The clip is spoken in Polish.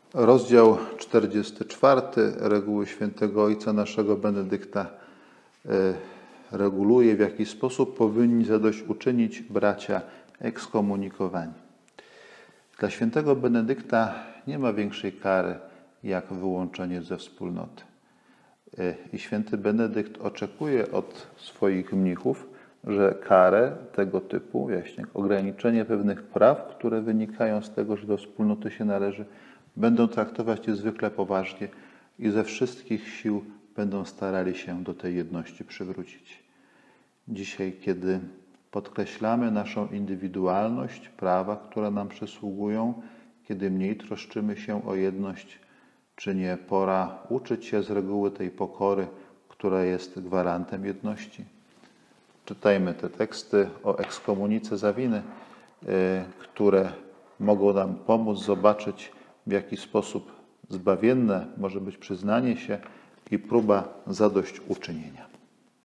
Rozdział 44 Reguły Świętego Ojca naszego Benedykta reguluje, w jaki sposób powinni zadośćuczynić bracia ekskomunikowani. Dla świętego Benedykta nie ma większej kary jak wyłączenie ze wspólnoty. I święty Benedykt oczekuje od swoich mnichów, że karę tego typu, właśnie ograniczenie pewnych praw, które wynikają z tego, że do wspólnoty się należy, będą traktować niezwykle poważnie i ze wszystkich sił będą starali się do tej jedności przywrócić. Dzisiaj, kiedy podkreślamy naszą indywidualność, prawa, które nam przysługują, kiedy mniej troszczymy się o jedność, czy nie pora uczyć się z reguły tej pokory, która jest gwarantem jedności? Czytajmy te teksty o ekskomunice za winy, które mogą nam pomóc zobaczyć, w jaki sposób zbawienne może być przyznanie się i próba zadośćuczynienia.